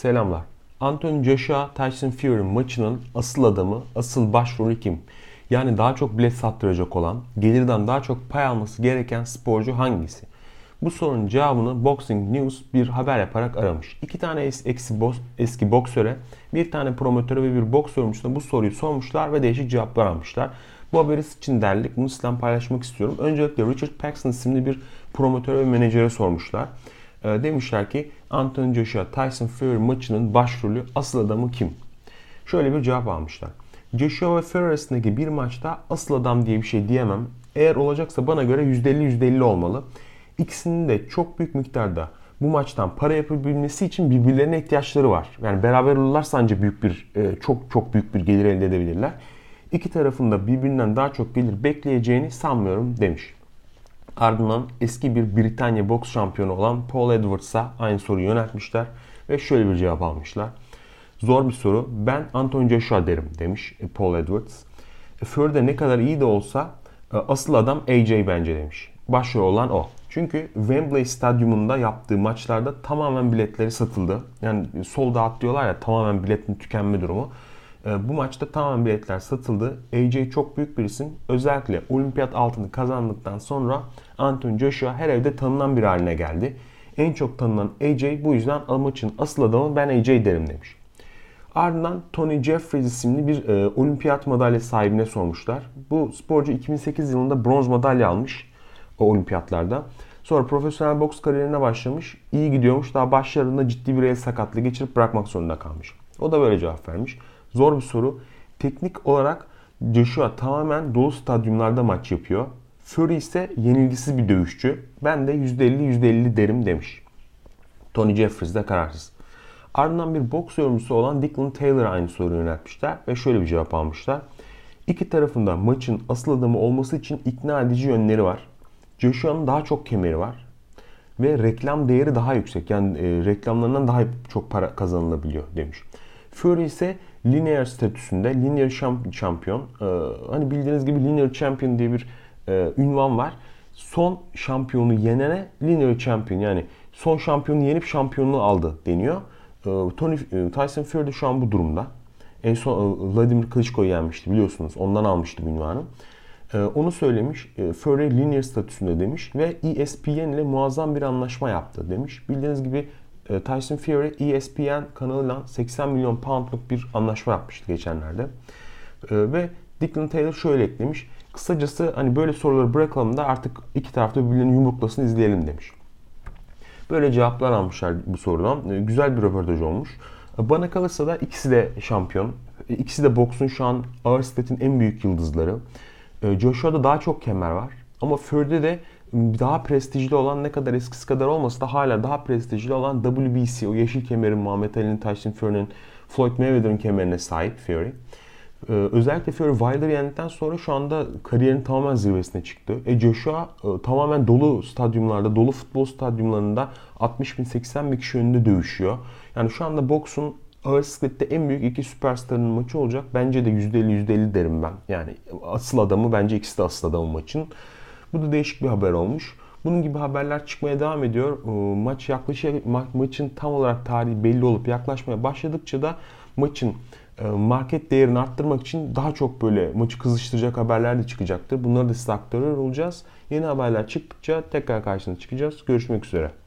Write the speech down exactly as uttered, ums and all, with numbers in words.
Selamlar. Anthony Joshua Tyson Fury maçının asıl adamı, asıl başrolü kim? Yani daha çok bilet sattıracak olan, gelirden daha çok pay alması gereken sporcu hangisi? Bu sorunun cevabını Boxing News bir haber yaparak aramış. İki tane eski, eski boksöre, bir tane promotöre ve bir boks yorumcusuna bu soruyu sormuşlar ve değişik cevaplar almışlar. Bu haberi için derledik. Bunu sizden paylaşmak istiyorum. Öncelikle Richard Paxson isimli bir promotöre ve menajere sormuşlar. Demişler ki Anthony Joshua Tyson Fury maçının başrolü, asıl adamı kim? Şöyle bir cevap almışlar. Joshua ve Fury arasındaki bir maçta asıl adam diye bir şey diyemem. Eğer olacaksa bana göre yüzde elli yüzde elli olmalı. İkisinin de çok büyük miktarda bu maçtan para yapabilmesi için birbirlerine ihtiyaçları var. Yani beraber olurlarsa ancak büyük bir, çok çok büyük bir gelir elde edebilirler. İki tarafın da birbirinden daha çok gelir bekleyeceğini sanmıyorum demiş. Ardından eski bir Britanya boks şampiyonu olan Paul Edwards'a aynı soruyu yöneltmişler ve şöyle bir cevap almışlar. Zor bir soru. Ben Anthony Joshua derim demiş Paul Edwards. Fury'de ne kadar iyi de olsa asıl adam A J bence demiş. Başrol olan o. Çünkü Wembley Stadyumunda yaptığı maçlarda tamamen biletleri satıldı. Yani sold out diyorlar ya, tamamen biletin tükenme durumu. Bu maçta tamamen biletler satıldı. A J çok büyük bir isim. Özellikle olimpiyat altını kazandıktan sonra Anthony Joshua her evde tanınan bir haline geldi. En çok tanınan A J, bu yüzden maçın asıl adamı ben A J derim demiş. Ardından Tony Jeffries isimli bir e, olimpiyat madalya sahibine sormuşlar. Bu sporcu iki bin sekiz yılında bronz madalya almış o olimpiyatlarda. Sonra profesyonel boks kariyerine başlamış. İyi gidiyormuş. Daha başlarında ciddi bir el sakatlığı geçirip bırakmak zorunda kalmış. O da böyle cevap vermiş. Zor bir soru. Teknik olarak Joshua tamamen dolu stadyumlarda maç yapıyor. Fury ise yenilgisiz bir dövüşçü. Ben de yüzde elli yüzde elli derim demiş. Tony Jeffries de kararsız. Ardından bir boks yorumcusu olan Declan Taylor'a aynı soruyu yöneltmişler ve şöyle bir cevap almışlar. İki tarafında maçın asıl adamı olması için ikna edici yönleri var. Joshua'nın daha çok kemeri var ve reklam değeri daha yüksek. Yani e, reklamlarından daha çok para kazanılabiliyor demiş. Fury ise linear statüsünde, linear şampiyon. Ee, hani bildiğiniz gibi linear champion diye bir e, ünvan var. Son şampiyonu yenene linear champion, yani son şampiyonu yenip şampiyonluğu aldı deniyor. Ee, Tony Tyson Fury de şu an bu durumda. En son e, Vladimir Klitschko'yu yenmişti biliyorsunuz. Ondan almıştı ünvanı. Ee, onu söylemiş. E, Fury linear statüsünde demiş ve E S P N ile muazzam bir anlaşma yaptı demiş. Bildiğiniz gibi Tyson Fury E S P N kanalıyla seksen milyon poundluk bir anlaşma yapmıştı geçenlerde. Ve Declan Taylor şöyle eklemiş. Kısacası hani böyle soruları bırakalım da artık iki tarafta birbirlerinin yumruklasını izleyelim demiş. Böyle cevaplar almışlar bu sorudan. Güzel bir röportaj olmuş. Bana kalırsa da ikisi de şampiyon. İkisi de boksun şu an ağır sikletin en büyük yıldızları. Joshua'da daha çok kemer var. Ama Fury'de de daha prestijli olan, ne kadar eskisi kadar olmasa da hala daha prestijli olan W B C, o yeşil kemerin, Muhammed Ali'nin, Tyson Fury'nin, Floyd Mayweather'ın kemerine sahip Fury. Ee, özellikle Fury Wilder'ı yendikten sonra şu anda kariyerin tamamen zirvesine çıktı. E Joshua e, tamamen dolu stadyumlarda, dolu futbol stadyumlarında altmış bin seksen bin kişi önünde dövüşüyor. Yani şu anda boksun ağır siklette en büyük iki süperstarın maçı olacak. Bence de yüzde elli yüzde elli derim ben. Yani asıl adamı, bence ikisi de asıl adamı maçın. Bu da değişik bir haber olmuş. Bunun gibi haberler çıkmaya devam ediyor. Maç yaklaşık ma- maçın tam olarak tarihi belli olup yaklaşmaya başladıkça da maçın market değerini arttırmak için daha çok böyle maçı kızıştıracak haberler de çıkacaktır. Bunları da size aktarıyor olacağız. Yeni haberler çıktıkça tekrar karşınıza çıkacağız. Görüşmek üzere.